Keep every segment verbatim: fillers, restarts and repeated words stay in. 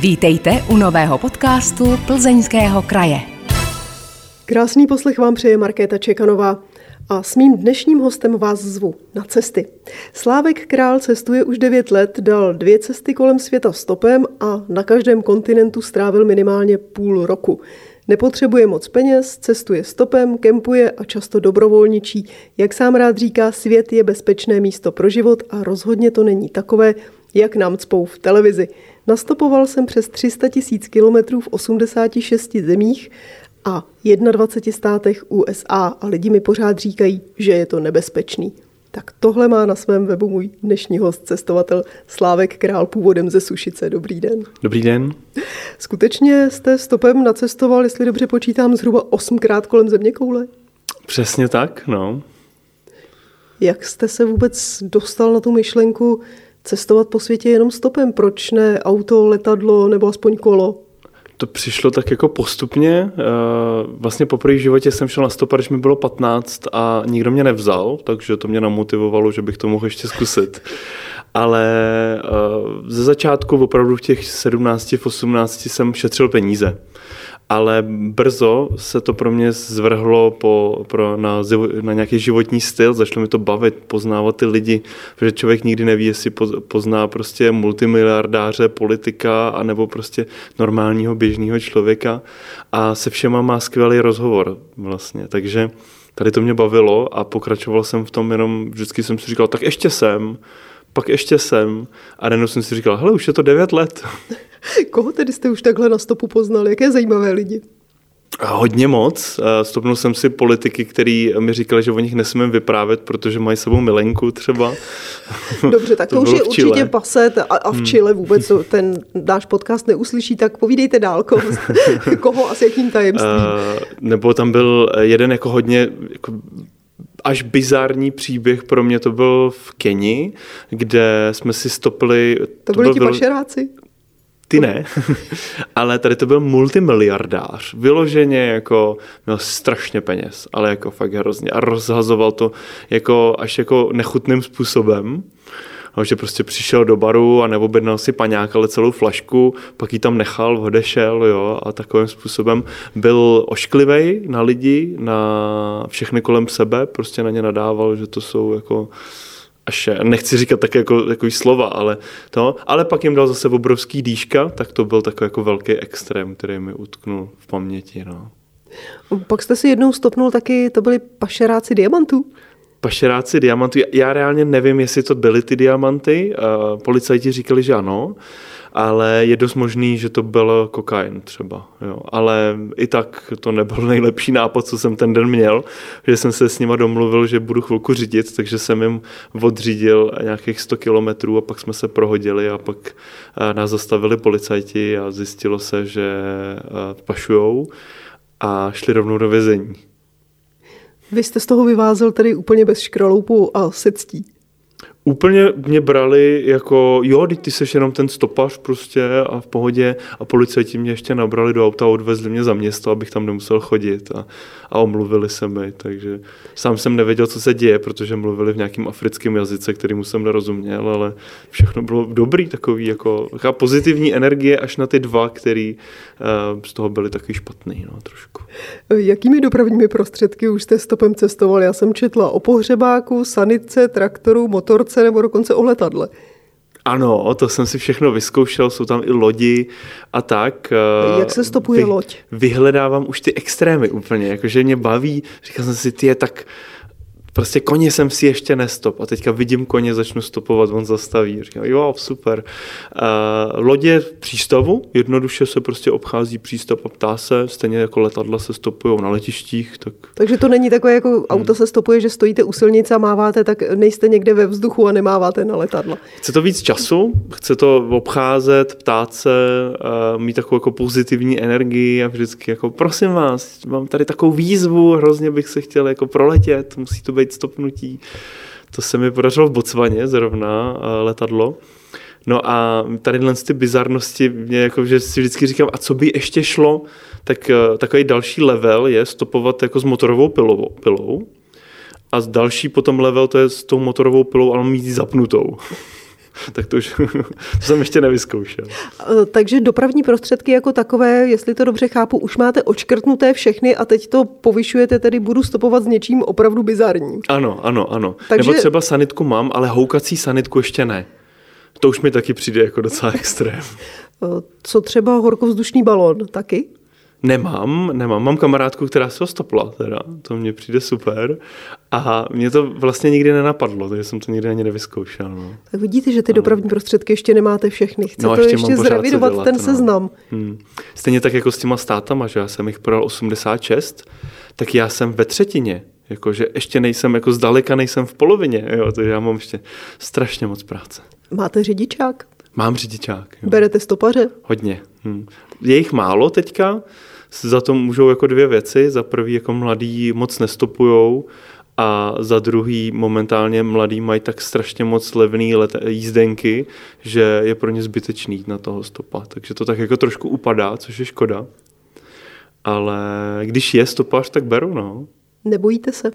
Vítejte u nového podcastu Plzeňského kraje. Krásný poslech vám přeje Markéta Čekanová a s mým dnešním hostem vás zvu na cesty. Slávek Král cestuje už devět let, dal dvě cesty kolem světa stopem a na každém kontinentu strávil minimálně půl roku. Nepotřebuje moc peněz, cestuje stopem, kempuje a často dobrovolničí. Jak sám rád říká, svět je bezpečné místo pro život a rozhodně to není takové, jak nám cpou v televizi. Nastopoval jsem přes tři sta tisíc kilometrů v osmdesáti šesti zemích a dvaceti jedné státech U S A a lidi mi pořád říkají, že je to nebezpečný. Tak tohle má na svém webu můj dnešní host, cestovatel Slávek Král, původem ze Sušice. Dobrý den. Dobrý den. Skutečně jste stopem nacestoval, jestli dobře počítám, zhruba osmkrát kolem zeměkoule? Přesně tak, no. Jak jste se vůbec dostal na tu myšlenku cestovat po světě jenom stopem? Proč ne auto, letadlo nebo aspoň kolo? To přišlo tak jako postupně. Vlastně poprvé v životě jsem šel na stopa, když mi bylo patnáct a nikdo mě nevzal, takže to mě namotivovalo, že bych to mohl ještě zkusit. Ale ze začátku opravdu v těch sedmnácti, v osmnácti jsem šetřil peníze. Ale brzo se to pro mě zvrhlo po, pro, na, na nějaký životní styl, začalo mi to bavit, poznávat ty lidi, protože člověk nikdy neví, jestli pozná prostě multimiliardáře, politika, anebo prostě normálního běžného člověka a se všema má skvělý rozhovor vlastně, takže tady to mě bavilo a pokračoval jsem v tom, jenom vždycky jsem si říkal, tak ještě jsem, pak ještě jsem a najednou jsem si říkal, hele, už je to devět let. Koho tedy jste už takhle na stopu poznal? Jaké zajímavé lidi? Hodně moc. Stopnul jsem si politiky, který mi říkali, že o nich nesmím vyprávět, protože mají sebou milenku třeba. Dobře, tak to, to už je určitě paset a, a v Chile vůbec ten náš podcast neuslyší, tak povídejte dál, koho, koho a s jakým tajemstvím. Uh, nebo tam byl jeden jako hodně... Jako, až bizarní příběh pro mě to byl v Keni, kde jsme si stopili... To, to byli ti byl... pašeráci? Ty ne, ale tady to byl multimiliardář, vyloženě jako měl strašně peněz, ale jako fakt hrozně a rozhazoval to jako až jako nechutným způsobem, že prostě přišel do baru a neobjednal si paňák, ale celou flašku, pak ji tam nechal, odešel, jo, a takovým způsobem byl ošklivej na lidi, na všechny kolem sebe, prostě na ně nadával, že to jsou jako až, nechci říkat také jako, jako slova, ale to, ale pak jim dal zase obrovský dýška, tak to byl takový jako velký extrém, který mi utknul v paměti, no. Pak jste si jednou stopnul taky, to byli pašeráci diamantů? Pašeráci diamantů, já reálně nevím, jestli to byly ty diamanty, policajti říkali, že ano, ale je dost možný, že to byl kokain třeba, jo. Ale i tak to nebyl nejlepší nápad, co jsem ten den měl, že jsem se s nima domluvil, že budu chvilku řídit, takže jsem jim odřídil nějakých sto kilometrů a pak jsme se prohodili a pak nás zastavili policajti a zjistilo se, že pašujou a šli rovnou do vězení. Vy jste z toho vyvázel tedy úplně bez škraloupu a se ctí. Úplně mě brali jako, jo, ty seš jenom ten stopař prostě a v pohodě a policajti mě ještě nabrali do auta a odvezli mě za město, abych tam nemusel chodit a, a omluvili se mi, takže sám jsem nevěděl, co se děje, protože mluvili v nějakém africkém jazyce, kterýmu jsem nerozuměl, ale všechno bylo dobrý, takový jako taková pozitivní energie až na ty dva, který uh, z toho byli takový špatný, no, trošku. Jakými dopravními prostředky už jste stopem cestoval? Já jsem četla o pohřebáku, sanitce, traktoru, motorce nebo dokonce o letadle. Ano, to jsem si všechno vyzkoušel, jsou tam i lodi a tak. Jak se stopuje Vy, loď? Vyhledávám už ty extrémy úplně, jakože mě baví, říkal jsem si, ty je tak... Prostě koně jsem si ještě nestop a teďka vidím koně, začnu stopovat, on zastaví. Říkám, jo, super. Uh, lodě v přístavu, jednoduše se prostě obchází přístav a ptá se, stejně jako letadla se stopují na letištích. Tak... Takže to není takové, jako hmm. auto se stopuje, že stojíte u silnice a máváte, tak nejste někde ve vzduchu a nemáváte na letadla. Chce to víc času, chce to obcházet, ptát se, uh, mít takovou jako pozitivní energii a vždycky jako prosím vás, mám tady takovou výzvu, hrozně bych se chtěl jako proletět, musí to být stopnutí. To se mi podařilo v Botswaně zrovna letadlo. No a tady ty bizarnosti, mě jako, že si vždycky říkám, a co by ještě šlo, tak takový další level je stopovat jako s motorovou pilou, pilou a další potom level to je s tou motorovou pilou, ale mít ji zapnutou. Tak to už to jsem ještě nevyzkoušel. Takže dopravní prostředky jako takové, jestli to dobře chápu, už máte odškrtnuté všechny a teď to povyšujete, tedy budu stopovat s něčím opravdu bizarním. Ano, ano, ano. Takže... Nebo třeba sanitku mám, ale houkací sanitku ještě ne. To už mi taky přijde jako docela extrém. Co třeba horkovzdušný balón taky? Nemám, nemám. Mám kamarádku, která se ho stopla teda. To mně přijde super. A mě to vlastně nikdy nenapadlo, takže jsem to nikdy ani nevyzkoušel. No. Tak vidíte, že ty dopravní prostředky ještě nemáte všechny. Chce no, to ještě, ještě zrevidovat dělat, ten no. seznam. Hmm. Stejně tak jako s těma státama, že já jsem jich prodal osmdesát šest, tak já jsem ve třetině. Jakože ještě nejsem, jako zdaleka nejsem v polovině. Jo, takže já mám ještě strašně moc práce. Máte řidičák? Mám řidičák. Jo. Berete stopaře? Hodně. Hmm. Je jich málo teďka, za to můžou jako dvě věci. Za prvý jako mladí moc nestopujou a za druhý momentálně mladí mají tak strašně moc levný let, jízdenky, že je pro ně zbytečný jít na toho stopa. Takže to tak jako trošku upadá, což je škoda. Ale když je stopař, tak beru, no. Nebojíte se?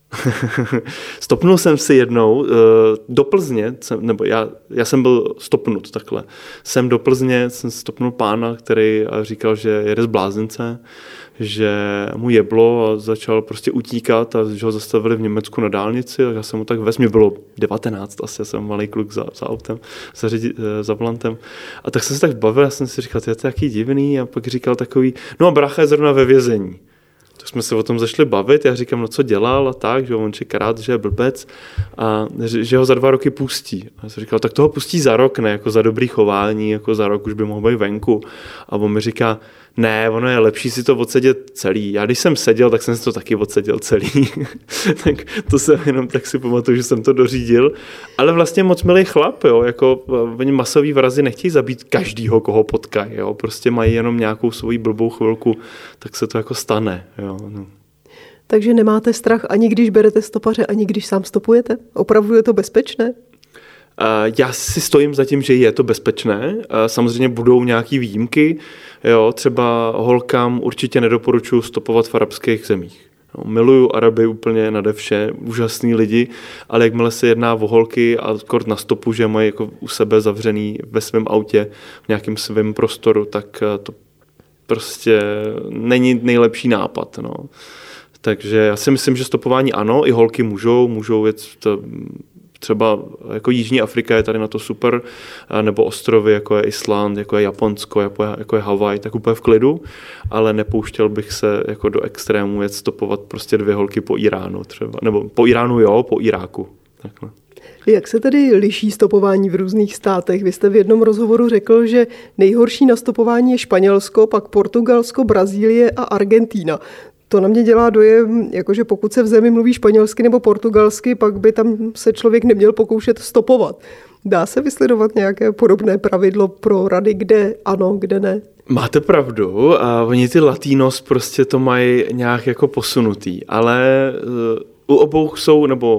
Stopnul jsem si jednou do Plzně, nebo já, já jsem byl stopnut takhle. Jsem do Plzně, jsem stopnul pána, který říkal, že jede z blázince, že mu jeblo a začal prostě utíkat a že ho zastavili v Německu na dálnici a já jsem mu tak vez, mě bylo devatenáct, asi já jsem malý kluk za, za autem, za, řidi, za volantem. A tak jsem se tak bavil, já jsem si říkal, to je jaký divný a pak říkal takový, no a brácha je zrovna ve vězení. Tak jsme se o tom zašli bavit, já říkám, no co dělal a tak, že on čekrát, že je blbec a že ho za dva roky pustí. A já jsem říkal, tak toho pustí za rok, ne, jako za dobrý chování, jako za rok už by mohl být venku. A on mi říká, ne, ono je lepší si to odsedět celý. Já když jsem seděl, tak jsem si to taky odseděl celý. Tak to jsem jenom tak si pamatuju, že jsem to dořídil. Ale vlastně moc milý chlap, jo, jako oni masový vrazi nechtějí zabít každýho, koho potkají, jo, prostě mají jenom nějakou svoji blbou chvilku, tak se to jako stane, jo, no. Takže nemáte strach ani když berete stopaře, ani když sám stopujete? Opravdu je to bezpečné? Já si stojím za tím, že je to bezpečné. Samozřejmě budou nějaké výjimky. Jo, třeba holkám určitě nedoporučuji stopovat v arabských zemích. No, miluju Araby úplně nade vše, úžasný lidi, ale jakmile se jedná o holky a kort na stopu, že mají jako u sebe zavřený ve svém autě v nějakém svém prostoru, tak to prostě není nejlepší nápad. No. Takže já si myslím, že stopování ano, i holky můžou, můžou jet to, třeba jako Jižní Afrika je tady na to super, nebo ostrovy, jako je Island, jako je Japonsko, jako je, jako je Havaj, tak úplně v klidu, ale nepouštěl bych se jako do extrému jet stopovat prostě dvě holky po Iránu třeba, nebo po Iránu jo, po Iráku. Takhle. Jak se tedy liší stopování v různých státech? Vy jste v jednom rozhovoru řekl, že nejhorší na stopování je Španělsko, pak Portugalsko, Brazílie a Argentína. To na mě dělá dojem, jakože pokud se v zemi mluví španělsky nebo portugalsky, pak by tam se člověk neměl pokoušet stopovat. Dá se vysledovat nějaké podobné pravidlo pro rady, kde ano, kde ne? Máte pravdu a oni ty latinos prostě to mají nějak jako posunutý, ale u obou jsou, nebo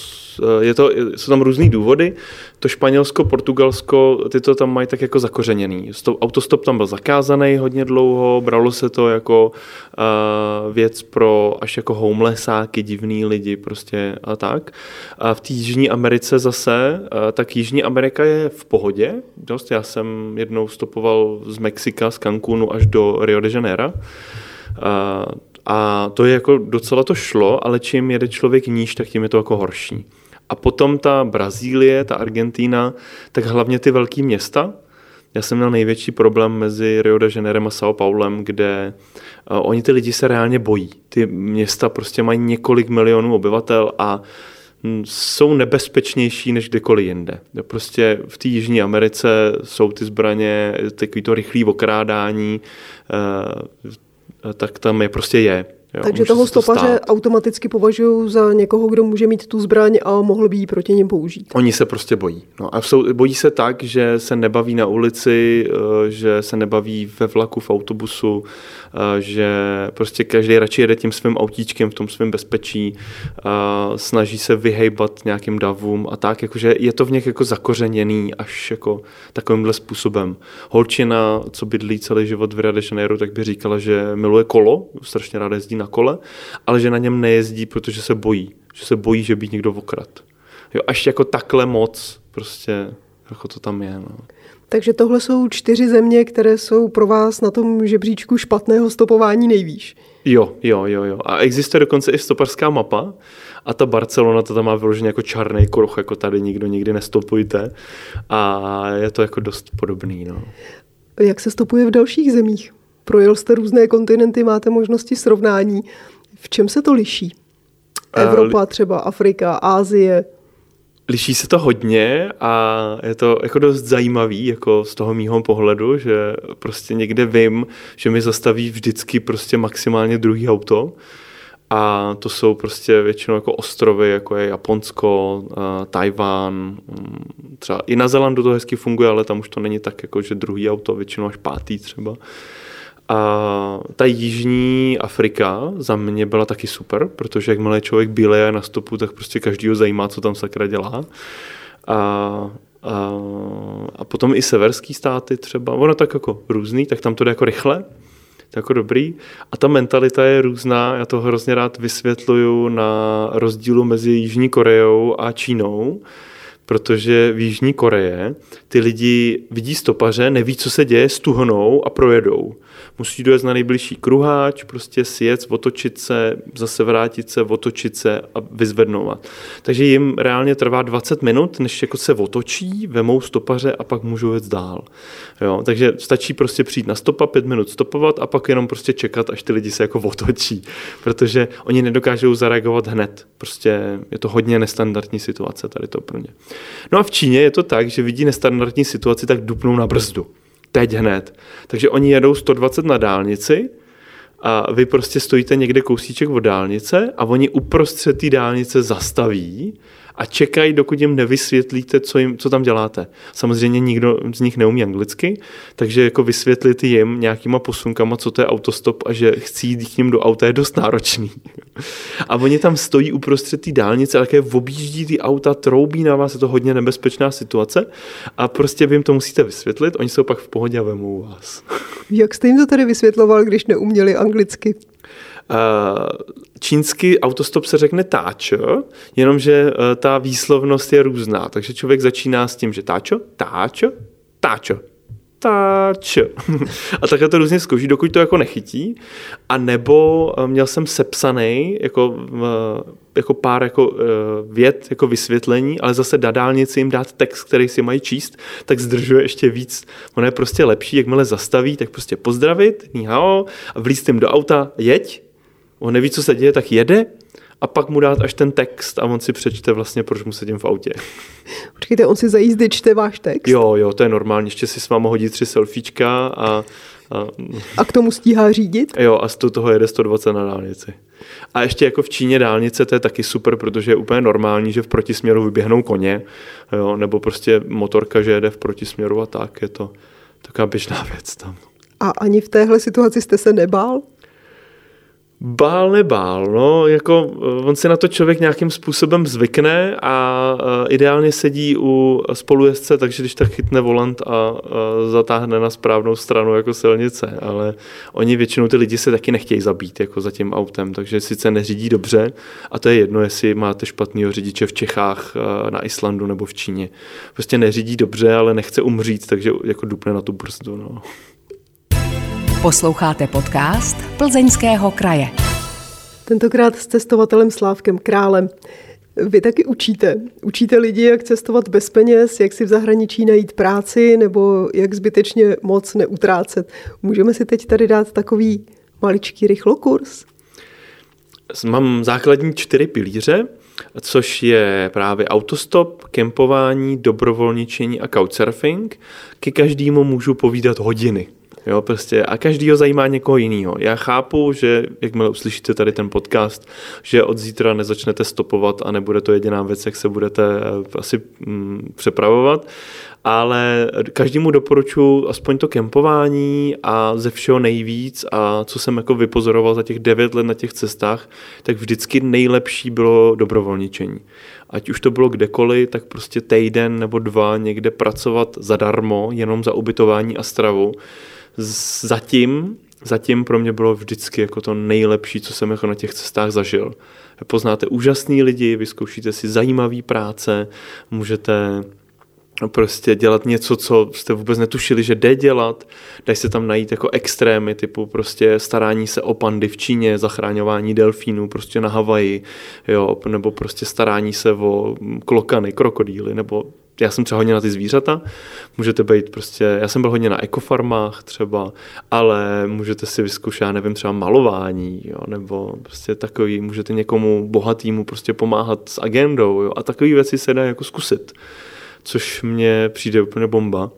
je to, jsou tam různý důvody. To Španělsko, Portugalsko, ty to tam mají tak jako zakořeněný. Autostop tam byl zakázaný hodně dlouho, bralo se to jako uh, věc pro až jako homelessáky, divný lidi prostě a tak. A v té Jižní Americe zase, uh, tak Jižní Amerika je v pohodě. Dost, já jsem jednou stopoval z Mexika, z Cancúnu až do Rio de Janeiro. Uh, a to je jako docela to šlo, ale čím jede člověk níž, tak tím je to jako horší. A potom ta Brazílie, ta Argentína, tak hlavně ty velké města. Já jsem měl největší problém mezi Rio de Janeirem a São Paulem, kde uh, oni ty lidi se reálně bojí. Ty města prostě mají několik milionů obyvatel a hm, jsou nebezpečnější než kdekoliv jinde. Prostě v té Jižní Americe jsou ty zbraně, takový to rychlé okrádání, uh, tak tam je prostě je. Jo, takže toho stopaře to automaticky považují za někoho, kdo může mít tu zbraň a mohl by ji proti nim použít. Oni se prostě bojí. No a jsou, bojí se tak, že se nebaví na ulici, že se nebaví ve vlaku, v autobusu, že prostě každý radši jede tím svým autíčkem v tom svém bezpečí, snaží se vyhejbat nějakým davům a tak, jakože je to v nich jako zakořeněný až jako takovýmhle způsobem. Holčina, co bydlí celý život v Rio de Janeiro, tak by říkala, že miluje kolo, strašně ráda jezdí na kole, ale že na něm nejezdí, protože se bojí. Že se bojí, že by někdo okradl. Jo, až jako takhle moc prostě jako to tam je. No. Takže tohle jsou čtyři země, které jsou pro vás na tom žebříčku špatného stopování nejvýš. Jo, jo, jo, jo. A existuje dokonce i stopařská mapa a ta Barcelona to tam má vyloženě jako černý kruh, jako tady nikdo nikdy nestopujte. A je to jako dost podobný, no. Jak se stopuje v dalších zemích? Projel jste různé kontinenty, máte možnosti srovnání. V čem se to liší? Evropa třeba, Afrika, Asie? Liší se to hodně a je to jako dost zajímavý, jako z toho mýho pohledu, že prostě někde vím, že mi zastaví vždycky prostě maximálně druhý auto a to jsou prostě většinou jako ostrovy, jako je Japonsko, Tajván, třeba i na Zélandu to hezky funguje, ale tam už to není tak jako, že druhý auto, většinou až pátý třeba. A ta jižní Afrika za mě byla taky super, protože jakmile člověk bíleje na stopu, tak prostě každýho zajímá, co tam sakra dělá. A, a, a potom i severský státy třeba, ono tak jako různý, tak tam to jde jako rychle, to jako dobrý. A ta mentalita je různá, já to hrozně rád vysvětluju na rozdílu mezi Jižní Koreou a Čínou, protože v Jižní Koreji ty lidi vidí stopaře, neví, co se děje, stuhnou a projedou. Musí dojet na nejbližší kruháč, prostě sjet, otočit se, zase vrátit se, otočit se a vyzvednovat. Takže jim reálně trvá dvacet minut, než jako se otočí, vemou stopaře a pak můžou jet dál. Jo, takže stačí prostě přijít na stopa, pět minut stopovat a pak jenom prostě čekat, až ty lidi se jako otočí. Protože oni nedokážou zareagovat hned. Prostě je to hodně nestandardní situace tady to pro ně. No a v Číně je to tak, že vidí nestandardní situaci, tak dupnou na brzdu. Teď hned. Takže oni jedou sto dvacet na dálnici a vy prostě stojíte někde kousíček od dálnice a oni uprostřed té dálnice zastaví a čekají, dokud jim nevysvětlíte, co, jim, co tam děláte. Samozřejmě nikdo z nich neumí anglicky, takže jako vysvětlit jim nějakýma posunkama, co to je autostop a že chci jít k ním do auta je dost náročný. A oni tam stojí uprostřed té dálnice, ale jak objíždí ty auta, troubí na vás, je to hodně nebezpečná situace a prostě vy jim to musíte vysvětlit, oni jsou pak v pohodě a vemou vás. Jak jste jim to tady vysvětloval, když neuměli anglicky? Čínsky autostop se řekne táčo, jenomže ta výslovnost je různá, takže člověk začíná s tím, že táčo, táčo, táčo, táčo. A takhle to různě zkouší, dokud to jako nechytí. A nebo měl jsem sepsaný jako, jako pár jako vět, jako vysvětlení, ale zase na dálnici jim dát text, který si mají číst, tak zdržuje ještě víc. Ono je prostě lepší, jakmile zastaví, tak prostě pozdravit, ní hao, a vlízt jim do auta, jeď. On neví, co se děje, tak jede a pak mu dát až ten text a on si přečte vlastně, proč mu sedím v autě. Počkejte, on si za jízdy čte váš text? Jo, jo, to je normální. Ještě si s váma hodí tři selfiečka a... A, a k tomu stíhá řídit? Jo, a z toho jede sto dvacet na dálnici. A ještě jako v Číně dálnice, to je taky super, protože je úplně normální, že v protisměru vyběhnou koně, jo, nebo prostě motorka, že jede v protisměru a tak. Je to taková běžná věc tam. A ani v téhle situaci jste se nebál? Bál nebál, no, jako on si na to člověk nějakým způsobem zvykne a ideálně sedí u spolujezdce, takže když tak chytne volant a zatáhne na správnou stranu jako silnice, ale oni většinou ty lidi se taky nechtějí zabít jako za tím autem, takže sice neřídí dobře a to je jedno, jestli máte špatného řidiče v Čechách, na Islandu nebo v Číně. Prostě neřídí dobře, ale nechce umřít, takže jako dupne na tu brzdu, no. Posloucháte podcast Plzeňského kraje. Tentokrát s cestovatelem Slávkem Králem. Vy taky učíte. Učíte lidi, jak cestovat bez peněz, jak si v zahraničí najít práci nebo jak zbytečně moc neutrácet. Můžeme si teď tady dát takový maličký rychlokurs? Mám základní čtyři pilíře, což je právě autostop, kempování, dobrovolničení a couchsurfing. Ke každému můžu povídat hodiny. Jo, prostě a každýho zajímá někoho jiného. Já chápu, že jakmile uslyšíte tady ten podcast, že od zítra nezačnete stopovat a nebude to jediná věc, jak se budete asi mm, přepravovat, ale každému doporučuji aspoň to kempování a ze všeho nejvíc a co jsem jako vypozoroval za těch devět let na těch cestách, tak vždycky nejlepší bylo dobrovolničení. Ať už to bylo kdekoliv, tak prostě týden nebo dva někde pracovat zadarmo, jenom za ubytování a stravu. Zatím, zatím pro mě bylo vždycky jako to nejlepší, co jsem jako na těch cestách zažil. Poznáte úžasný lidi, vyzkoušíte si zajímavý práce, můžete prostě dělat něco, co jste vůbec netušili, že jde dělat. Dají se tam najít jako extrémy, typu prostě starání se o pandy v Číně, zachráňování delfínů prostě na Havaji, jo, nebo prostě starání se o klokany, krokodýly, nebo já jsem třeba hodně na ty zvířata, můžete být prostě, já jsem byl hodně na ekofarmách třeba, ale můžete si vyzkoušet, já nevím, třeba malování, jo, nebo prostě takový, můžete někomu bohatýmu prostě pomáhat s agendou, jo, a takové věci se dá jako zkusit, což mně přijde úplně bomba.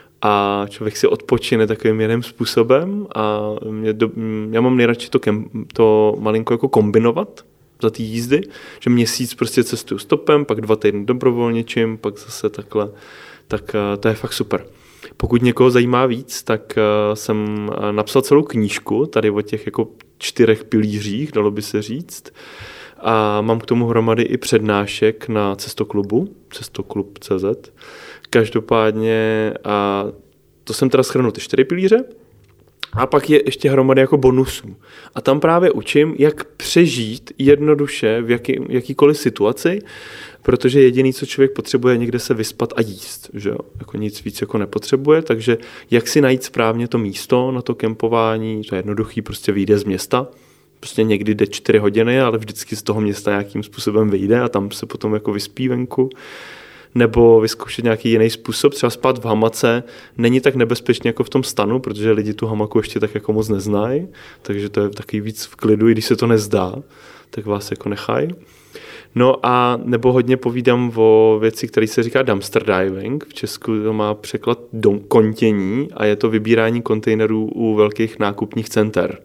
A člověk si odpočine takovým jiným způsobem a mě do, já mám nejradši to, kem, to malinko jako kombinovat za ty jízdy, že měsíc prostě cestuju stopem, pak dva týdny dobrovolničím, pak zase takhle, tak to je fakt super. Pokud někoho zajímá víc, tak jsem napsal celou knížku tady o těch jako čtyřech pilířích, dalo by se říct. A mám k tomu hromady i přednášek na Cestoklubu, cestoklub tečka cé zet. Každopádně, a to jsem teda shrnul ty čtyři pilíře, a pak je ještě hromady jako bonusů. A tam právě učím, jak přežít jednoduše v jaký, jakýkoliv situaci, protože jediný, co člověk potřebuje, je někde se vyspat a jíst. Že jo? Jako nic víc jako nepotřebuje, takže jak si najít správně to místo na to kempování, to je jednoduchý, prostě vyjde z města. Prostě někdy jde čtyři hodiny, ale vždycky z toho města nějakým způsobem vyjde a tam se potom jako vyspí venku. Nebo vyzkoušet nějaký jiný způsob, třeba spát v hamace, není tak nebezpečný jako v tom stanu, protože lidi tu hamaku ještě tak jako moc neznají, takže to je takový víc v klidu, i když se to nezdá, tak vás jako nechají. No a nebo hodně povídám o věci, které se říká dumpster diving, v Česku to má překlad dom, kontění a je to vybírání kontejnerů u velkých nákupních center.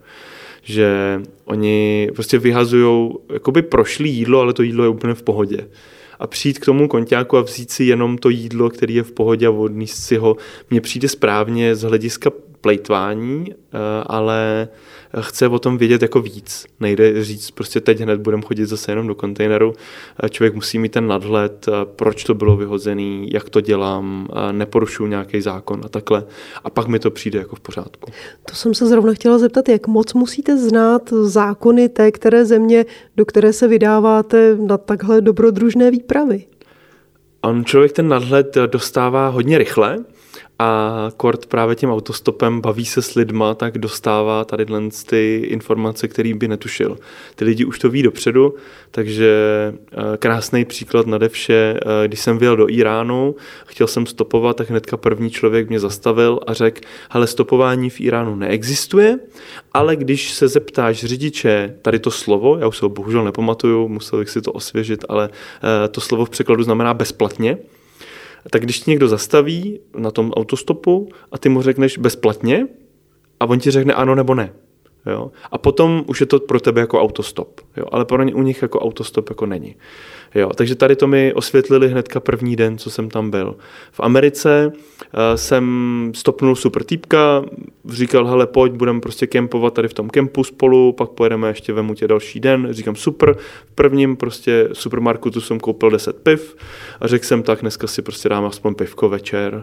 Že oni prostě vyhazujou jakoby prošlý jídlo, ale to jídlo je úplně v pohodě. A přijít k tomu konťáku a vzít si jenom to jídlo, který je v pohodě a odníst si ho, mně přijde správně z hlediska plejtvání, ale chce o tom vědět jako víc. Nejde říct, prostě teď hned budeme chodit zase jenom do kontejneru. Člověk musí mít ten nadhled, proč to bylo vyhozený, jak to dělám, neporušuju nějaký zákon a takhle. A pak mi to přijde jako v pořádku. To jsem se zrovna chtěla zeptat, jak moc musíte znát zákony té které země, do které se vydáváte na takhle dobrodružné výpravy? On člověk ten nadhled dostává hodně rychle, a kort právě tím autostopem baví se s lidma, tak dostává tady ty informace, který by netušil. Ty lidi už to ví dopředu, takže krásný příklad nade vše, když jsem vyjel do Iránu, chtěl jsem stopovat, tak hnedka první člověk mě zastavil a řekl, hele, stopování v Iránu neexistuje, ale když se zeptáš řidiče tady to slovo, já už se ho bohužel nepamatuju, musel bych si to osvěžit, ale to slovo v překladu znamená bezplatně, tak když ti někdo zastaví na tom autostopu a ty mu řekneš bezplatně a on ti řekne ano nebo ne. Jo? A potom už je to pro tebe jako autostop. Jo? Ale pro ně, u nich jako autostop jako není. Jo? Takže tady to mi osvětlili hnedka první den, co jsem tam byl. V Americe uh, jsem stopnul super týpka, říkal, hele, pojď, budeme prostě kempovat tady v tom kempu spolu, pak pojedeme ještě vemu tě další den. Říkám, super, v prvním prostě supermarketu jsem koupil deset piv a řekl jsem, tak dneska si prostě dáme aspoň pivko večer.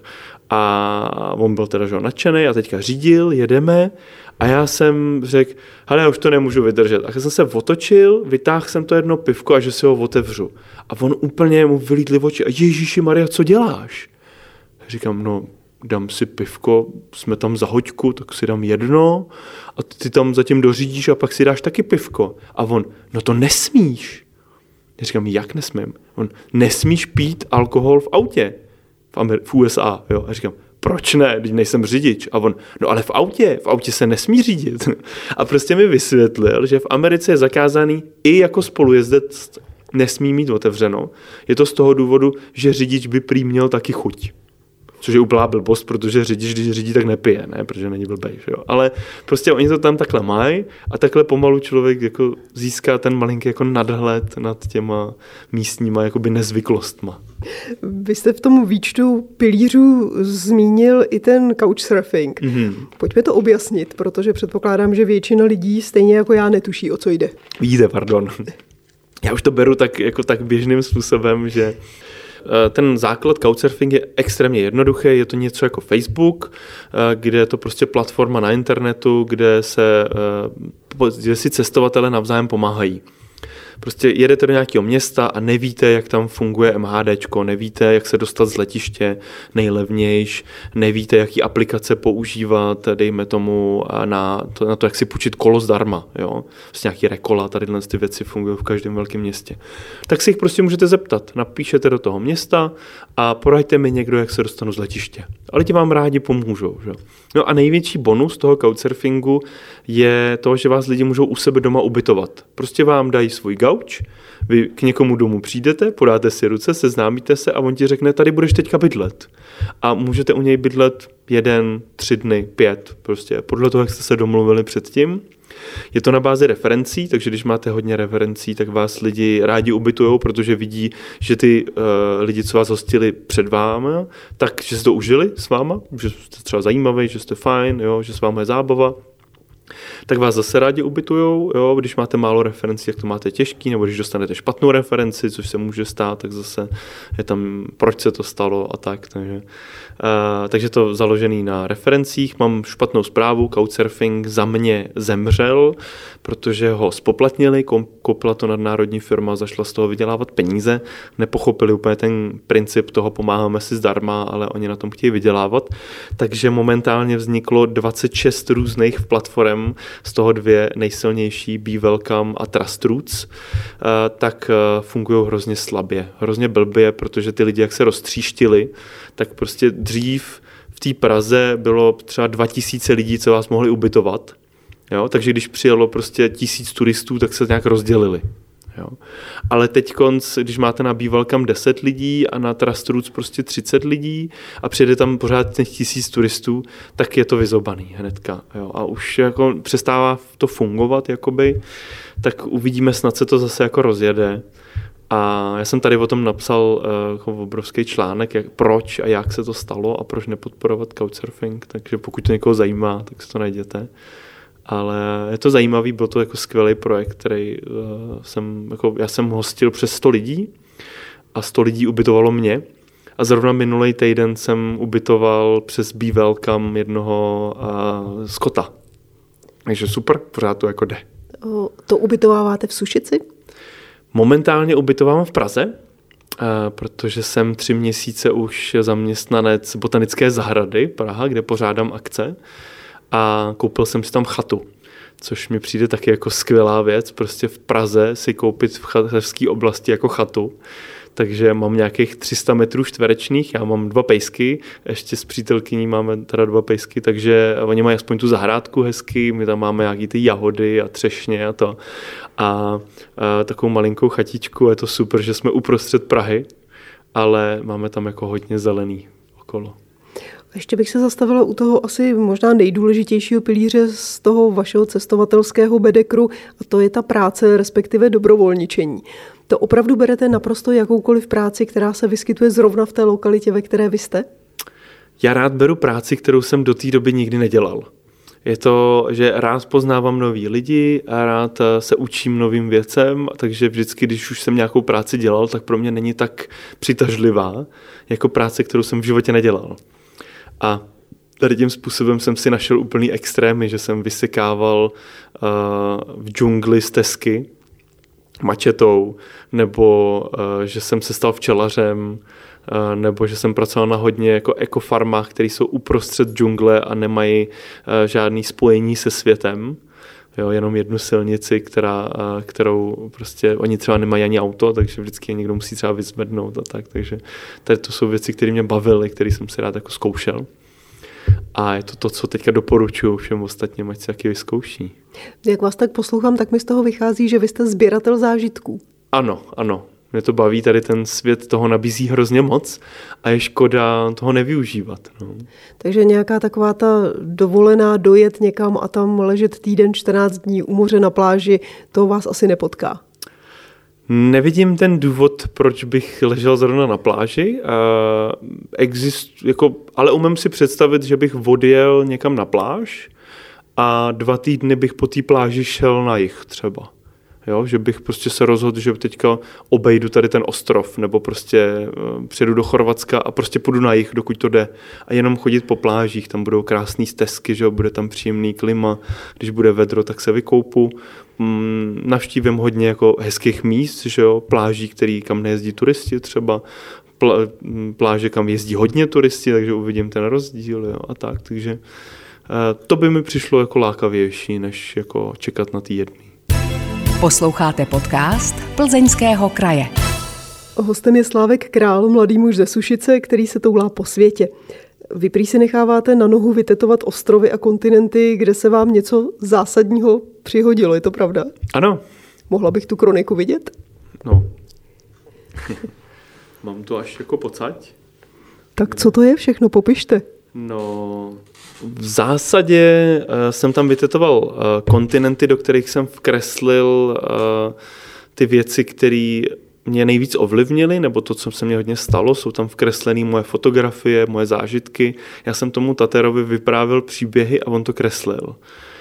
A on byl teda že nadšený a teďka řídil, jedeme. A já jsem řekl, hele, já už to nemůžu vydržet. A když jsem se otočil, vytáhl jsem to jedno pivko a že si ho otevřu. A on úplně mu vylítli oči. A Ježíši Maria, co děláš? Říkám, no, dám si pivko, jsme tam za hoďku, tak si dám jedno a ty tam zatím dořídíš a pak si dáš taky pivko. A on, no to nesmíš. Já říkám, jak nesmím? On, nesmíš pít alkohol v autě v, Amer- v U S A. Jo? A říkám, proč ne, když nejsem řidič? A on, no ale v autě, v autě se nesmí řídit. A prostě mi vysvětlil, že v Americe je zakázaný i jako spolujezdec nesmí mít otevřeno. Je to z toho důvodu, že řidič by prý měl taky chuť. Což je úplná blbost, protože řidič, když řídí, tak nepije, ne? Protože není blbej. Jo? Ale prostě oni to tam takhle mají a takhle pomalu člověk jako získá ten malinký jako nadhled nad těma místníma jakoby nezvyklostma. Vy jste v tom výčtu pilířů zmínil i ten couchsurfing. Mm-hmm. Pojďme to objasnit, protože předpokládám, že většina lidí stejně jako já netuší, o co jde. Jde, pardon. Já už to beru tak, jako tak běžným způsobem, že ten základ couchsurfing je extrémně jednoduchý, je to něco jako Facebook, kde je to prostě platforma na internetu, kde, se, kde si cestovatelé navzájem pomáhají. Prostě jedete do nějakého města a nevíte, jak tam funguje MHDčko, nevíte, jak se dostat z letiště nejlevnějš, nevíte, jaký aplikace používat, dejme tomu, na to, na to jak si půjčit kolo zdarma. Jo? Prostě nějaký Rekola, tady ty věci fungují v každém velkém městě. Tak si jich prostě můžete zeptat. Napíšete do toho města a poraďte mi někdo, jak se dostanu z letiště. Ale ti vám rádi pomůžou. Že? No a největší bonus toho couchsurfingu je to, že vás lidi můžou u sebe doma ubytovat. Prostě vám dají svůj gauč, vy k někomu domů přijdete, podáte si ruce, seznámíte se a on ti řekne, tady budeš teďka bydlet. A můžete u něj bydlet jeden, tři dny, pět, prostě podle toho, jak jste se domluvili předtím. Je to na bázi referencí, takže když máte hodně referencí, tak vás lidi rádi ubytujou, protože vidí, že ty uh, lidi, co vás hostili před vámi, tak že jste to užili s váma, že jste třeba zajímavý, že jste fajn, jo, že s vámi je zábava. Tak vás zase rádi ubytujou, jo, když máte málo referencí, tak to máte těžký, nebo když dostanete špatnou referenci, což se může stát, tak zase je tam, proč se to stalo a tak. Takže, uh, takže to založený na referencích. Mám špatnou zprávu, Couchsurfing za mě zemřel, protože ho spoplatnili, koupila to nadnárodní firma, zašla z toho vydělávat peníze, nepochopili úplně ten princip toho pomáháme si zdarma, ale oni na tom chtějí vydělávat. Takže momentálně vzniklo dvacet šest různých platform, z toho dvě nejsilnější, Be Welcome a Trust Roots, tak fungují hrozně slabě, hrozně blbě, protože ty lidi, jak se roztříštili, tak prostě dřív v té Praze bylo třeba dva tisíce lidí, co vás mohli ubytovat. Jo? Takže když přijelo prostě tisíc turistů, tak se nějak rozdělili. Jo. Ale teď, když máte na Be Welcome deset lidí a na Trust Roots prostě třicet lidí a přijede tam pořád těch tisíc turistů, tak je to vyzobaný hnedka. Jo. A už jako přestává to fungovat, jakoby, tak uvidíme, snad se to zase jako rozjede. A já jsem tady o tom napsal uh, jako obrovský článek, jak, proč a jak se to stalo a proč nepodporovat couchsurfing, takže pokud to někoho zajímá, tak si to najděte. Ale je to zajímavý, byl to jako skvělý projekt, který uh, jsem, jako, já jsem hostil přes sto lidí a sto lidí ubytovalo mě. A zrovna minulý týden jsem ubytoval přes Be Welcome jednoho uh, Skota. Takže super, pořád to jako jde. To ubytováváte v Sušici? Momentálně ubytovám v Praze, uh, protože jsem tři měsíce už zaměstnanec Botanické zahrady Praha, kde pořádám akce. A koupil jsem si tam chatu, což mi přijde taky jako skvělá věc, prostě v Praze si koupit v chaterské oblasti jako chatu. Takže mám nějakých tři sta metrů čtverečných, já mám dva pejsky, ještě s přítelkyní máme teda dva pejsky, takže oni mají aspoň tu zahrádku hezky, my tam máme nějaký ty jahody a třešně a to. A, a takovou malinkou chatičku, je to super, že jsme uprostřed Prahy, ale máme tam jako hodně zelený okolo. Ještě bych se zastavila u toho asi možná nejdůležitějšího pilíře z toho vašeho cestovatelského bedekru, a to je ta práce, respektive dobrovolničení. To opravdu berete naprosto jakoukoliv práci, která se vyskytuje zrovna v té lokalitě, ve které vy jste? Já rád beru práci, kterou jsem do té doby nikdy nedělal. Je to, že rád poznávám nový lidi a rád se učím novým věcem, takže vždycky, když už jsem nějakou práci dělal, tak pro mě není tak přitažlivá, jako práce, kterou jsem v životě nedělal. A tady tím způsobem jsem si našel úplný extrémy, že jsem vysekával uh, v džungli stezky mačetou, nebo uh, že jsem se stal včelařem, uh, nebo že jsem pracoval na hodně jako ekofarmách, které jsou uprostřed džungle a nemají uh, žádný spojení se světem. Jo, jenom jednu silnici, která, uh, kterou prostě oni třeba nemají ani auto, takže vždycky je někdo musí třeba vyzvednout a tak. Takže tady to jsou věci, které mě bavily, které jsem si rád jako zkoušel. A je to to, co teďka doporučuju všem ostatním, ať si taky vyzkouší. Jak vás tak poslouchám, tak mi z toho vychází, že vy jste sběratel zážitků. Ano, ano. Mě to baví, tady ten svět toho nabízí hrozně moc a je škoda toho nevyužívat. No. Takže nějaká taková ta dovolená dojet někam a tam ležet týden, čtrnáct dní u moře na pláži, to vás asi nepotká. Nevidím ten důvod, proč bych ležel zrovna na pláži. Exist, jako, ale umím si představit, že bych odjel někam na pláž a dva týdny bych po té pláži šel na jih třeba. Jo? Že bych prostě se rozhodl, že teďka obejdu tady ten ostrov, nebo prostě přijedu do Chorvatska a prostě půjdu na jih, dokud to jde. A jenom chodit po plážích, tam budou krásné stezky, že jo? Bude tam příjemný klima, když bude vedro, tak se vykoupu. Mm, navštívím hodně jako hezkých míst, že jo? Pláží, který, kam nejezdí turisti třeba, pláže, kam jezdí hodně turisti, takže uvidím ten rozdíl, jo? A tak, takže to by mi přišlo jako lákavější, než jako čekat na ty jedný. Posloucháte podcast Plzeňského kraje. Hostem je Slávek Král, mladý muž ze Sušice, který se toulá po světě. Vy prý si necháváte na nohu vytetovat ostrovy a kontinenty, kde se vám něco zásadního přihodilo, je to pravda? Ano. Mohla bych tu kroniku vidět? No. Mám to až jako pocať. Tak co to je všechno, popište. No, v zásadě uh, jsem tam vytetoval uh, kontinenty, do kterých jsem vkreslil uh, ty věci, které mě nejvíc ovlivnily, nebo to, co se mně hodně stalo. Jsou tam vkreslené moje fotografie, moje zážitky. Já jsem tomu Taterovi vyprávěl příběhy a on to kreslil.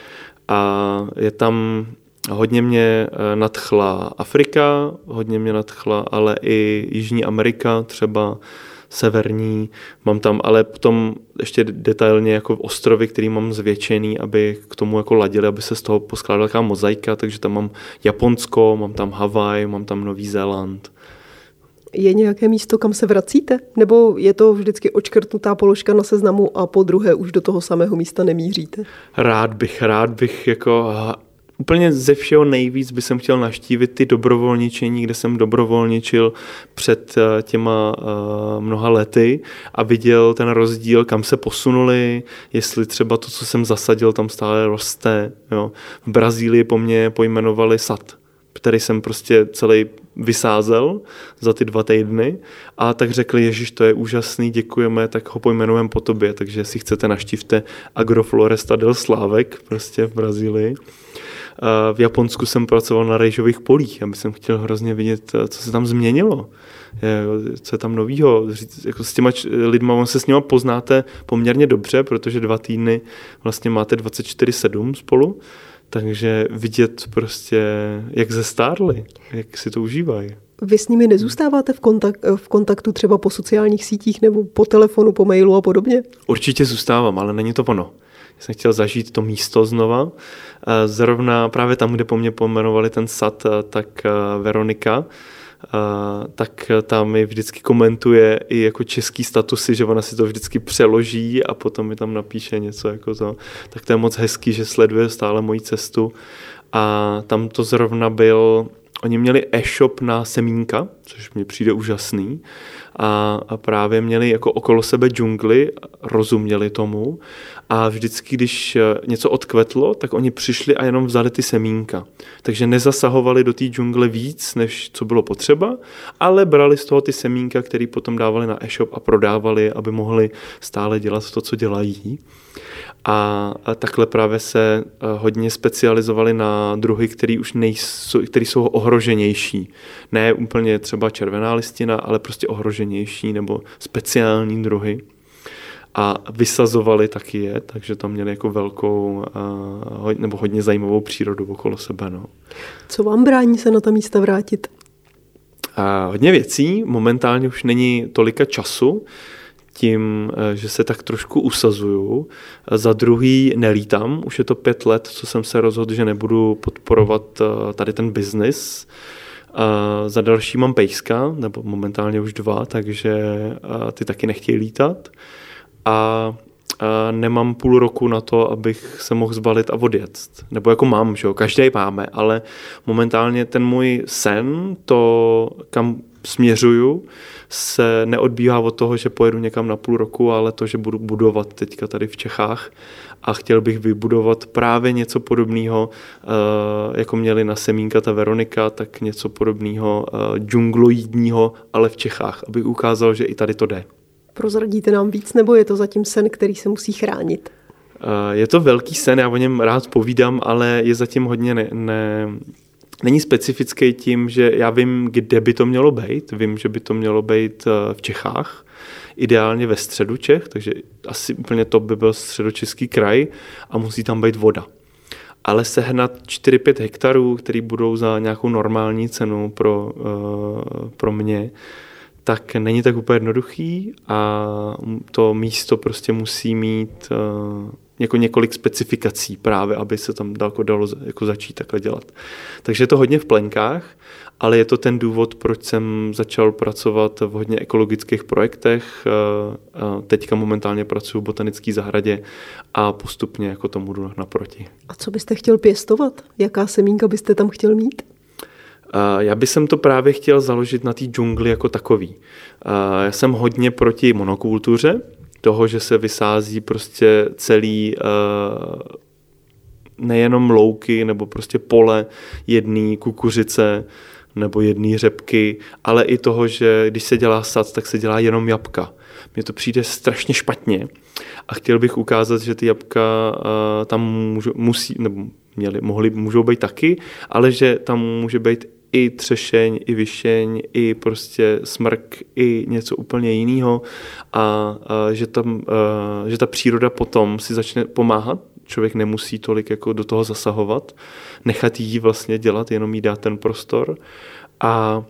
A je tam... Hodně mě nadchla Afrika, hodně mě nadchla, ale i Jižní Amerika, třeba severní. Mám tam ale potom ještě detailně jako ostrovy, který mám zvětšený, aby k tomu jako ladili, aby se z toho poskládala taková mozaika, takže tam mám Japonsko, mám tam Havaj, mám tam Nový Zéland. Je nějaké místo, kam se vracíte? Nebo je to vždycky odškrtnutá položka na seznamu a po druhé už do toho samého místa nemíříte? Rád bych, rád bych jako... Úplně ze všeho nejvíc bych jsem chtěl navštívit ty dobrovolničení, kde jsem dobrovolničil před těma mnoha lety a viděl ten rozdíl, kam se posunuli, jestli třeba to, co jsem zasadil, tam stále roste. Jo. V Brazílii po mně pojmenovali sad, který jsem prostě celý vysázel za ty dva týdny a tak řekli, ježiš, to je úžasný, děkujeme, tak ho pojmenujeme po tobě, takže jestli chcete, navštívte Agrofloresta del Slávek prostě v Brazílii. V Japonsku jsem pracoval na rejžových polích, aby jsem chtěl hrozně vidět, co se tam změnilo, co je tam novýho. Jako s těma lidma, on se s nima poznáte poměrně dobře, protože dva týdny vlastně máte dvacet čtyři sedm spolu, takže vidět prostě, jak zestárli, jak si to užívají. Vy s nimi nezůstáváte v, kontakt, v kontaktu třeba po sociálních sítích nebo po telefonu, po mailu a podobně? Určitě zůstávám, ale není to ono. Já jsem chtěl zažít to místo znova. Zrovna právě tam, kde po mně pomenovali ten sad, tak Veronika, tak tam mi vždycky komentuje i jako český statusy, že ona si to vždycky přeloží a potom mi tam napíše něco jako to. Tak to je moc hezký, že sleduje stále moji cestu. A tam to zrovna byl... Oni měli e-shop na semínka, což mi přijde úžasný. A, a právě měli jako okolo sebe džungli, rozuměli tomu. A vždycky, když něco odkvetlo, tak oni přišli a jenom vzali ty semínka. Takže nezasahovali do té džungle víc, než co bylo potřeba, ale brali z toho ty semínka, které potom dávali na e-shop a prodávali, aby mohli stále dělat to, co dělají. A, a takhle právě se hodně specializovali na druhy, které už nejsou, které jsou ohroženější. Ne úplně třeba červená listina, ale prostě ohroženější nebo speciální druhy. A vysazovali taky je, takže tam měli jako velkou nebo hodně zajímavou přírodu okolo sebe. No. Co vám brání se na ta místa vrátit? A hodně věcí, momentálně už není tolika času, tím, že se tak trošku usazuju. Za druhý nelítám, už je to pět let, co jsem se rozhodl, že nebudu podporovat tady ten biznis. Za další mám pejska, nebo momentálně už dva, takže ty taky nechtějí lítat. A a nemám půl roku na to, abych se mohl zbalit a odjet. Nebo jako mám, že jo, každý máme, ale momentálně ten můj sen, to, kam směřuju, se neodbíhá od toho, že pojedu někam na půl roku, ale to, že budu budovat teďka tady v Čechách a chtěl bych vybudovat právě něco podobného, jako měli na semínka ta Veronika, tak něco podobného džungloidního, ale v Čechách, aby ukázal, že i tady to jde. Prozradíte nám víc, nebo je to zatím sen, který se musí chránit? Je to velký sen, já o něm rád povídám, ale je zatím hodně ne, ne, není specifický tím, že já vím, kde by to mělo být. Vím, že by to mělo být v Čechách, ideálně ve středu Čech, takže asi úplně to by byl středočeský kraj a musí tam být voda. ale sehnat čtyři pět hektarů, které budou za nějakou normální cenu pro, pro mě, tak není tak úplně jednoduchý a to místo prostě musí mít jako několik specifikací právě, aby se tam dalo, dalo jako začít takhle dělat. Takže je to hodně v plenkách, ale je to ten důvod, proč jsem začal pracovat v hodně ekologických projektech. Teďka momentálně pracuji v botanické zahradě a postupně jako tomu jdu naproti. A co byste chtěl pěstovat? Jaká semínka byste tam chtěl mít? Já bych to právě chtěl založit na té džungli jako takový. Já jsem hodně proti monokultuře, toho, že se vysází prostě celý nejenom louky nebo prostě pole jedné kukuřice nebo jedné řepky, ale i toho, že když se dělá sad, tak se dělá jenom jabka. Mně to přijde strašně špatně a chtěl bych ukázat, že ty jabka tam můžou, musí, nebo měli, mohli, můžou být taky, ale že tam může být i třešeň, i višeň, i prostě smrk, i něco úplně jiného a, a že, tam, a že ta příroda potom si začne pomáhat. Člověk nemusí tolik jako do toho zasahovat, nechat jí vlastně dělat, jenom jí dát ten prostor a, a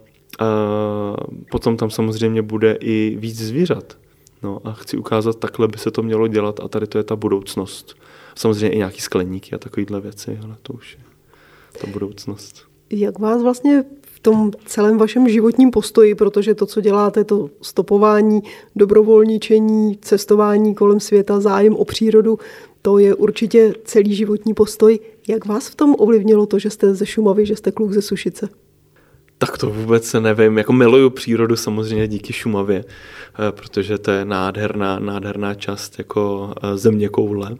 potom tam samozřejmě bude i víc zvířat. No a chci ukázat, takhle by se to mělo dělat a tady to je ta budoucnost. Samozřejmě i nějaký skleníky a takovýhle věci, ale to už je ta budoucnost. Jak vás vlastně v tom celém vašem životním postoji, protože to, co děláte, to stopování, dobrovolničení, cestování kolem světa, zájem o přírodu, to je určitě celý životní postoj. Jak vás v tom ovlivnilo to, že jste ze Šumavy, že jste kluk ze Sušice? Tak to vůbec nevím. Jako miluju přírodu samozřejmě díky Šumavě, protože to je nádherná, nádherná část jako zeměkoule.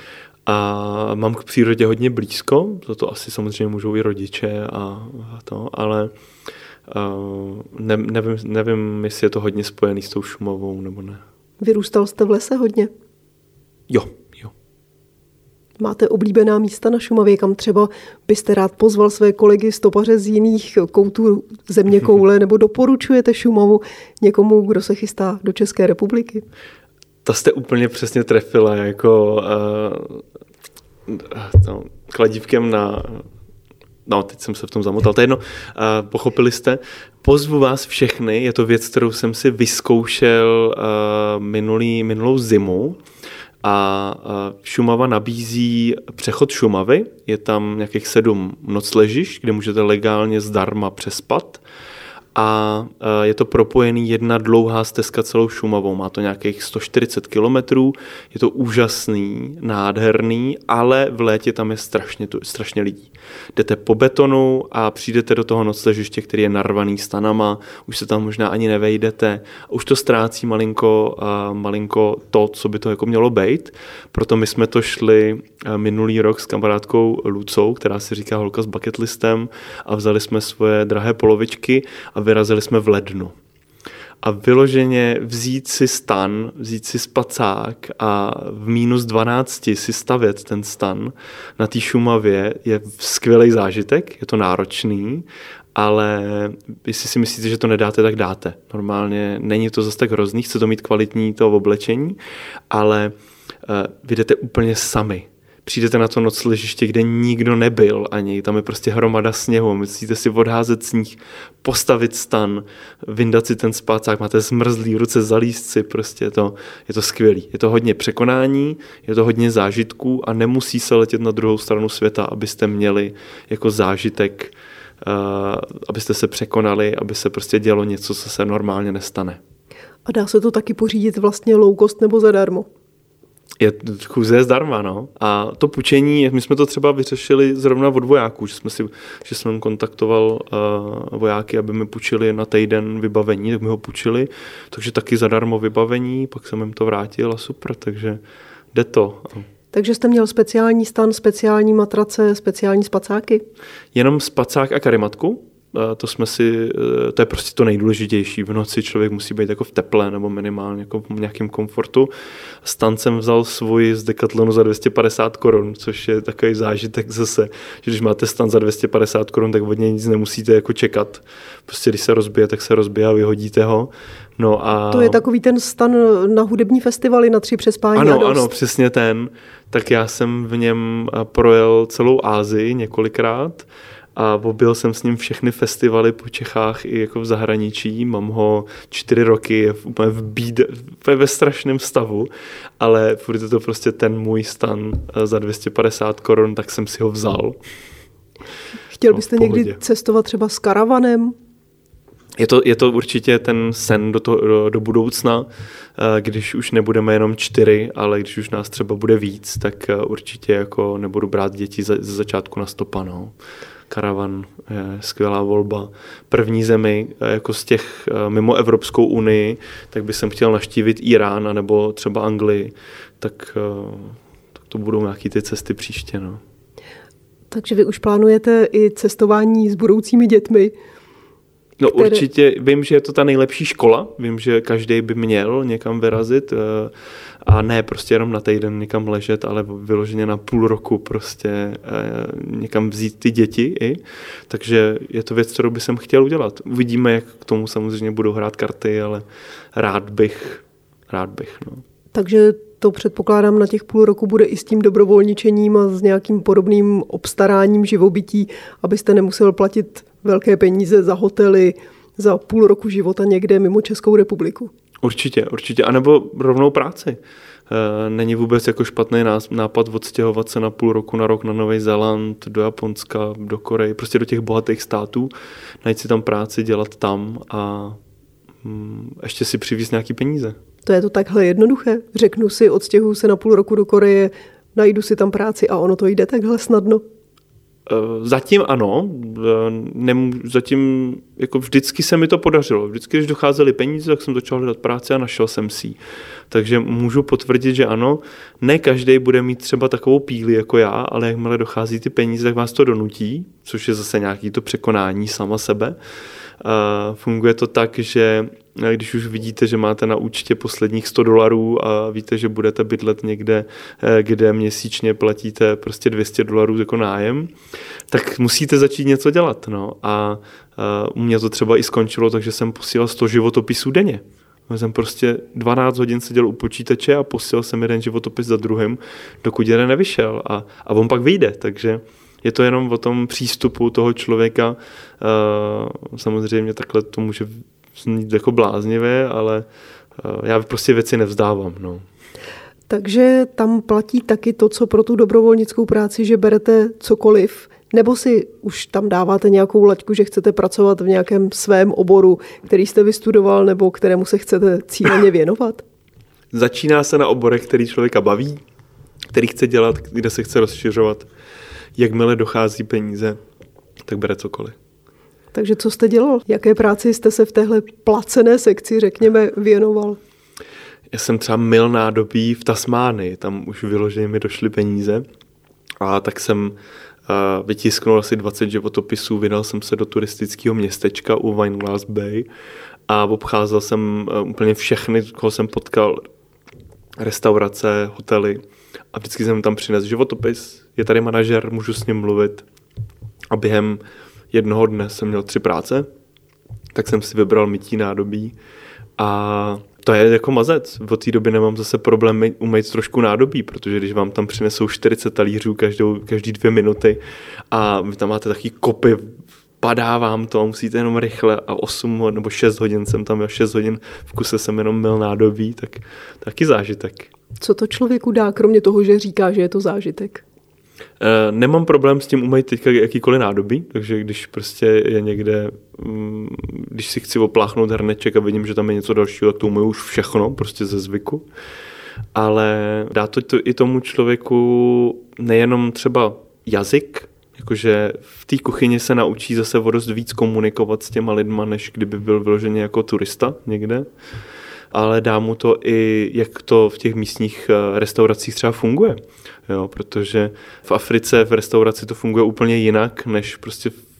A mám k přírodě hodně blízko, za to asi samozřejmě můžou i rodiče a, a to, ale uh, ne, nevím, nevím, jestli je to hodně spojený s tou Šumavou nebo ne. Vyrůstal jste v lese hodně? Jo, jo. Máte oblíbená místa na Šumavě, kam třeba byste rád pozval své kolegy stopaře z jiných koutů zeměkoule, nebo doporučujete Šumavu někomu, kdo se chystá do České republiky? To jste úplně přesně trefila, jako uh, no, kladívkem na... No, teď jsem se v tom zamotal. To je jedno, uh, pochopili jste. Pozvu vás všechny, je to věc, kterou jsem si vyzkoušel uh, minulý, minulou zimu. A uh, Šumava nabízí přechod Šumavy. Je tam nějakých sedm nocležišť, kde můžete legálně zdarma přespat. A je to propojený jedna dlouhá stezka celou Šumavou. Má to nějakých sto čtyřicet kilometrů, je to úžasný, nádherný, ale v létě tam je strašně, strašně lidí. Jdete po betonu a přijdete do toho nocležiště, který je narvaný stanama, už se tam možná ani nevejdete, už to ztrácí malinko, malinko to, co by to jako mělo být. Proto my jsme to šli minulý rok s kamarádkou Lucou, která se říká holka s bucket listem, a vzali jsme svoje drahé polovičky a vyrazili jsme v lednu. A vyloženě vzít si stan, vzít si spacák a v mínus dvanácti si stavět ten stan na té Šumavě je skvělý zážitek, je to náročný, ale jestli si myslíte, že to nedáte, tak dáte. Normálně není to zase tak hrozný, chce to mít kvalitní to oblečení, ale uh, vy jdete úplně sami. Přijdete na to nocležiště, kde nikdo nebyl ani, tam je prostě hromada sněhu, musíte si odházet sníh, postavit stan, vyndat si ten spácák, máte zmrzlý ruce, zalízt si, prostě je to, je to skvělý. Je to hodně překonání, je to hodně zážitků a nemusí se letět na druhou stranu světa, abyste měli jako zážitek, uh, abyste se překonali, aby se prostě dělo něco, co se normálně nestane. A dá se to taky pořídit vlastně low cost nebo zadarmo? Je chůze zdarma, no. A to půjčení, my jsme to třeba vyřešili zrovna od vojáků, že jsme si, že jsem kontaktoval uh, vojáky, aby mi půjčili na týden vybavení, tak mi ho půjčili, takže taky zadarmo vybavení, pak jsem jim to vrátil a super, takže jde to. Takže jste měl speciální stan, speciální matrace, speciální spacáky? Jenom spacák a karimatku. to jsme si, to je prostě to nejdůležitější. V noci člověk musí být jako v teple nebo minimálně jako v nějakém komfortu. Stan jsem vzal svůj z Decathlonu za dvě stě padesát korun, což je takový zážitek zase, že když máte stan za dvě stě padesát korun, tak od něj nic nemusíte jako čekat. Prostě když se rozbije, tak se rozbije a vyhodíte ho. No a... To je takový ten stan na hudební festivaly na tři přespání ano, a dost. Ano, přesně ten. Tak já jsem v něm projel celou Asii několikrát a objel jsem s ním všechny festivaly po Čechách i jako v zahraničí. Mám ho čtyři roky, je úplně v bíd, ve strašném stavu, ale furt je to prostě ten můj stan za dvě stě padesát korun, tak jsem si ho vzal. Chtěl byste no, někdy cestovat třeba s karavanem? Je to, je to určitě ten sen do, to, do, do budoucna, když už nebudeme jenom čtyři, ale když už nás třeba bude víc, tak určitě jako nebudu brát děti ze začátku na stopa. No. Karavan je skvělá volba. První zemi jako z těch mimo Evropskou unii, tak bych jsem chtěl navštívit Irán nebo třeba Anglii, tak, tak to budou nějaké ty cesty příště. No. Takže vy už plánujete i cestování s budoucími dětmi? No které... určitě, vím, že je to ta nejlepší škola, vím, že každý by měl někam vyrazit a ne prostě jenom na týden někam ležet, ale vyloženě na půl roku prostě někam vzít ty děti i, takže je to věc, kterou bych jsem chtěl udělat. Uvidíme, jak k tomu samozřejmě budou hrát karty, ale rád bych, rád bych, no. Takže to předpokládám na těch půl roku bude i s tím dobrovolničením a s nějakým podobným obstaráním živobytí, abyste nemusel platit velké peníze za hotely za půl roku života někde mimo Českou republiku. Určitě, určitě. A nebo rovnou práci. Není vůbec jako špatný nápad odstěhovat se na půl roku, na rok na Nový Zéland, do Japonska, do Koreji, prostě do těch bohatých států, najít si tam práci, dělat tam a hm, ještě si přivízt nějaký peníze. To je to takhle jednoduché. Řeknu si, odstěhuju se na půl roku do Koreje, najdu si tam práci a ono to jde takhle snadno. Zatím ano, Nemů, zatím jako vždycky se mi to podařilo. Vždycky, když docházely peníze, tak jsem začal hledat práci a našel jsem si. Takže můžu potvrdit, že ano, ne každý bude mít třeba takovou píli jako já, ale jakmile dochází ty peníze, tak vás to donutí, což je zase nějaký to překonání sama sebe. Funguje to tak, že když už vidíte, že máte na účtě posledních sto dolarů a víte, že budete bydlet někde, kde měsíčně platíte prostě dvě stě dolarů jako nájem, tak musíte začít něco dělat. No. A u mě to třeba i skončilo, takže jsem posílal sto životopisů denně. Já jsem prostě dvanáct hodin seděl u počítače a posílal jsem jeden životopis za druhým, dokud jeden nevyšel. A, a on pak vyjde, takže je to jenom o tom přístupu toho člověka. Samozřejmě takhle to může znít jako bláznivě, ale já prostě věci nevzdávám. No. Takže tam platí taky to, co pro tu dobrovolnickou práci, že berete cokoliv, nebo si už tam dáváte nějakou laťku, že chcete pracovat v nějakém svém oboru, který jste vystudoval, nebo kterému se chcete cíleně věnovat? Začíná se na oborech, který člověka baví, který chce dělat, kde se chce rozšiřovat. Jakmile dochází peníze, tak bere cokoliv. Takže co jste dělal? Jaké práci jste se v téhle placené sekci, řekněme, věnoval? Já jsem třeba myl nádobí v Tasmánii, tam už vyloženě mi došly peníze a tak jsem uh, vytisknul asi dvacet životopisů, vydal jsem se do turistického městečka u Wineglass Bay a obcházel jsem uh, úplně všechny, koho jsem potkal, restaurace, hotely a vždycky jsem tam přinesl životopis, je tady manažer, můžu s ním mluvit a během jednoho dne jsem měl tři práce, tak jsem si vybral mytí nádobí a to je jako mazec. Od té doby nemám zase problém umýt trošku nádobí, protože když vám tam přinesou čtyřicet talířů každou, každý dvě minuty a vy tam máte taky kopy, padá vám to, musíte jenom rychle a osm nebo šest hodin jsem tam měl, šest hodin v kuse jsem jenom myl nádobí, tak taky zážitek. Co to člověku dá, kromě toho, že říká, že je to zážitek? E, nemám problém s tím umýt teďka jakýkoliv nádobí, takže když prostě je někde, když si chci opláchnout hrneček a vidím, že tam je něco dalšího, tak to umyju už všechno, prostě ze zvyku. Ale dá to, to i tomu člověku nejenom třeba jazyk, jakože v té kuchyni se naučí zase o dost víc komunikovat s těma lidma, než kdyby byl vyloženě jako turista někde. Ale dá mu to i, jak to v těch místních restauracích třeba funguje. Jo, protože v Africe v restauraci to funguje úplně jinak, než prostě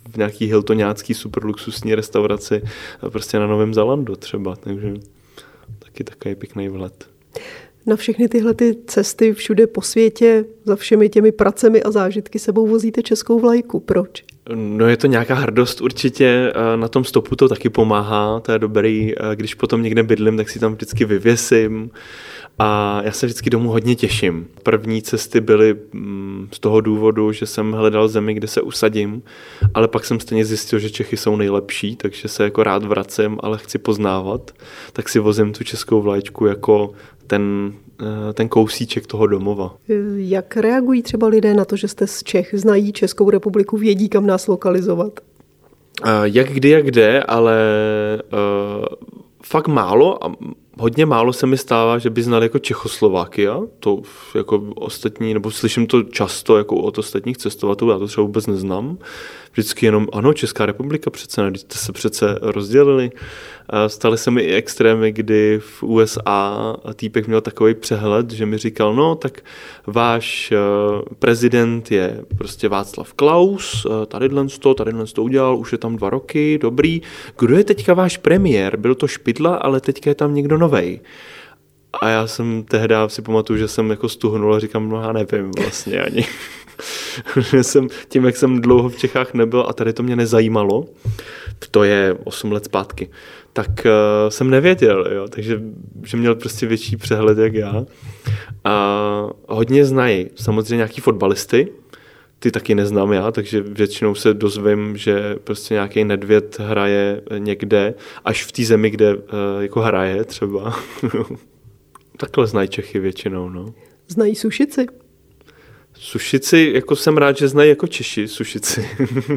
v nějaký hiltoňácký superluxusní restauraci prostě na Novém Zélandu třeba, takže taky takový pěkný vhled. Na všechny tyhle ty cesty všude po světě, za všemi těmi pracemi a zážitky sebou vozíte českou vlajku. Proč? No je to nějaká hrdost určitě, na tom stopu to taky pomáhá, to je dobrý, když potom někde bydlím, tak si tam vždycky vyvěsím a já se vždycky domů hodně těším. První cesty byly z toho důvodu, že jsem hledal zemi, kde se usadím, ale pak jsem stejně zjistil, že Čechy jsou nejlepší, takže se jako rád vracím, ale chci poznávat, tak si vozím tu českou vlaječku jako ten, ten kousíček toho domova. Jak reagují třeba lidé na to, že jste z Čech, znají Českou republiku, vědí, kam nás lokalizovat? Jak kdy, jak kde, ale uh, fakt málo a hodně málo se mi stává, že by znali jako Čechoslovákia, to jako ostatní, nebo slyším to často jako od ostatních cestovatelů, já to třeba vůbec neznám. Vždycky jenom, ano, Česká republika přece, když jste se přece rozdělili. Staly se mi i extrémy, kdy v U S A týpek měl takový přehled, že mi říkal, no tak váš prezident je prostě Václav Klaus, tadyhle to, tadyhle to udělal, už je tam dva roky, dobrý. Kdo je teďka váš premiér? Byl to Špidla, ale teďka je tam někdo novej. A já jsem tehdy si pamatuju, že jsem jako stuhnul a říkám, no já nevím vlastně ani. jsem, tím, jak jsem dlouho v Čechách nebyl a tady to mě nezajímalo, to je osm let zpátky, tak uh, jsem nevěděl, jo, takže že měl prostě větší přehled jak já. A hodně znají samozřejmě nějaký fotbalisty, ty taky neznám já, takže většinou se dozvím, že prostě nějaký Nedvěd hraje někde, až v té zemi, kde uh, jako hraje třeba. Takhle znají Čechy většinou, no. Znají Sušici? Sušici, jako jsem rád, že znají jako Češi Sušici,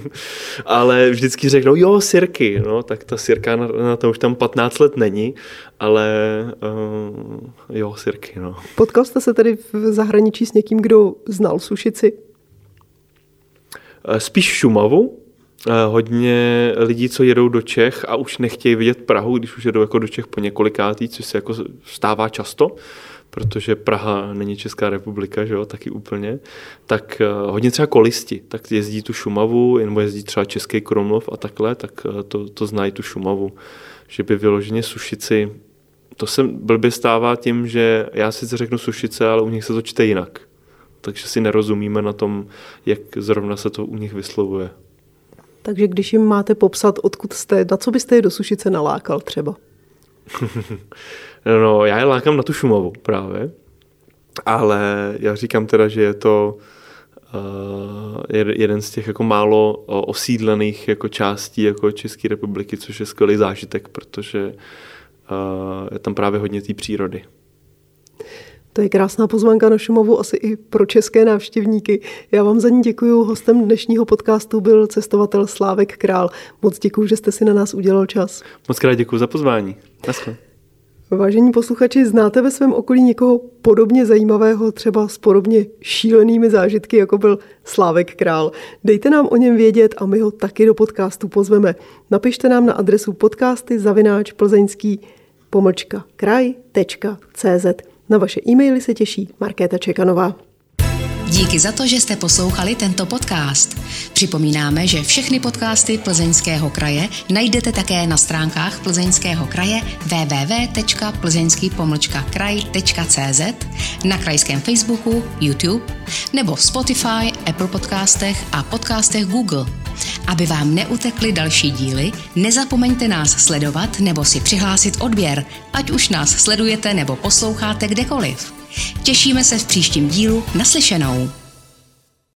ale vždycky řeknou, jo, sirky, no, tak ta sirka na, na to už tam patnáct let není, ale uh, jo, sirky, no. Potkal jste se tedy v zahraničí s někým, kdo znal Sušici? Spíš Šumavu. Hodně lidí, co jedou do Čech a už nechtějí vidět Prahu, když už jedou jako do Čech po několikátý, což se jako stává často, protože Praha není Česká republika, že jo, taky úplně, tak hodně třeba kolisti, tak jezdí tu Šumavu, nebo jezdí třeba Český Krumlov a takhle, tak to, to znají tu Šumavu. Že by vyloženě Sušici, to se blbě stává tím, že já sice řeknu Sušice, ale u nich se to čte jinak. Takže si nerozumíme na tom, jak zrovna se to u nich vyslovuje. Takže když jim máte popsat, odkud jste, na co byste je do Sušice nalákal třeba? No, já je lákám na tu Šumavu právě, ale já říkám teda, že je to uh, jeden z těch jako málo osídlených jako částí jako České republiky, což je skvělý zážitek, protože uh, je tam právě hodně té přírody. To je krásná pozvánka na Šumavu, asi i pro české návštěvníky. Já vám za ní děkuju. Hostem dnešního podcastu byl cestovatel Slávek Král. Moc děkuju, že jste si na nás udělal čas. Moc krát děkuju za pozvání. Naschle. Vážení posluchači, znáte ve svém okolí někoho podobně zajímavého, třeba s podobně šílenými zážitky, jako byl Slávek Král? Dejte nám o něm vědět a my ho taky do podcastu pozveme. Napište nám na adresu podcasty zavináč plzeňský pomlčka kraj tečka cé zet. Na vaše e-maily se těší Markéta Čekanová. Díky za to, že jste poslouchali tento podcast. Připomínáme, že všechny podcasty Plzeňského kraje najdete také na stránkách Plzeňského kraje w w w tečka plzeňský pomlčka kraj tečka cé zet, na krajském Facebooku, YouTube nebo v Spotify, Apple podcastech a podcastech Google. Aby vám neutekly další díly, nezapomeňte nás sledovat nebo si přihlásit odběr, ať už nás sledujete nebo posloucháte kdekoliv. Těšíme se v příštím dílu. Naslyšenou.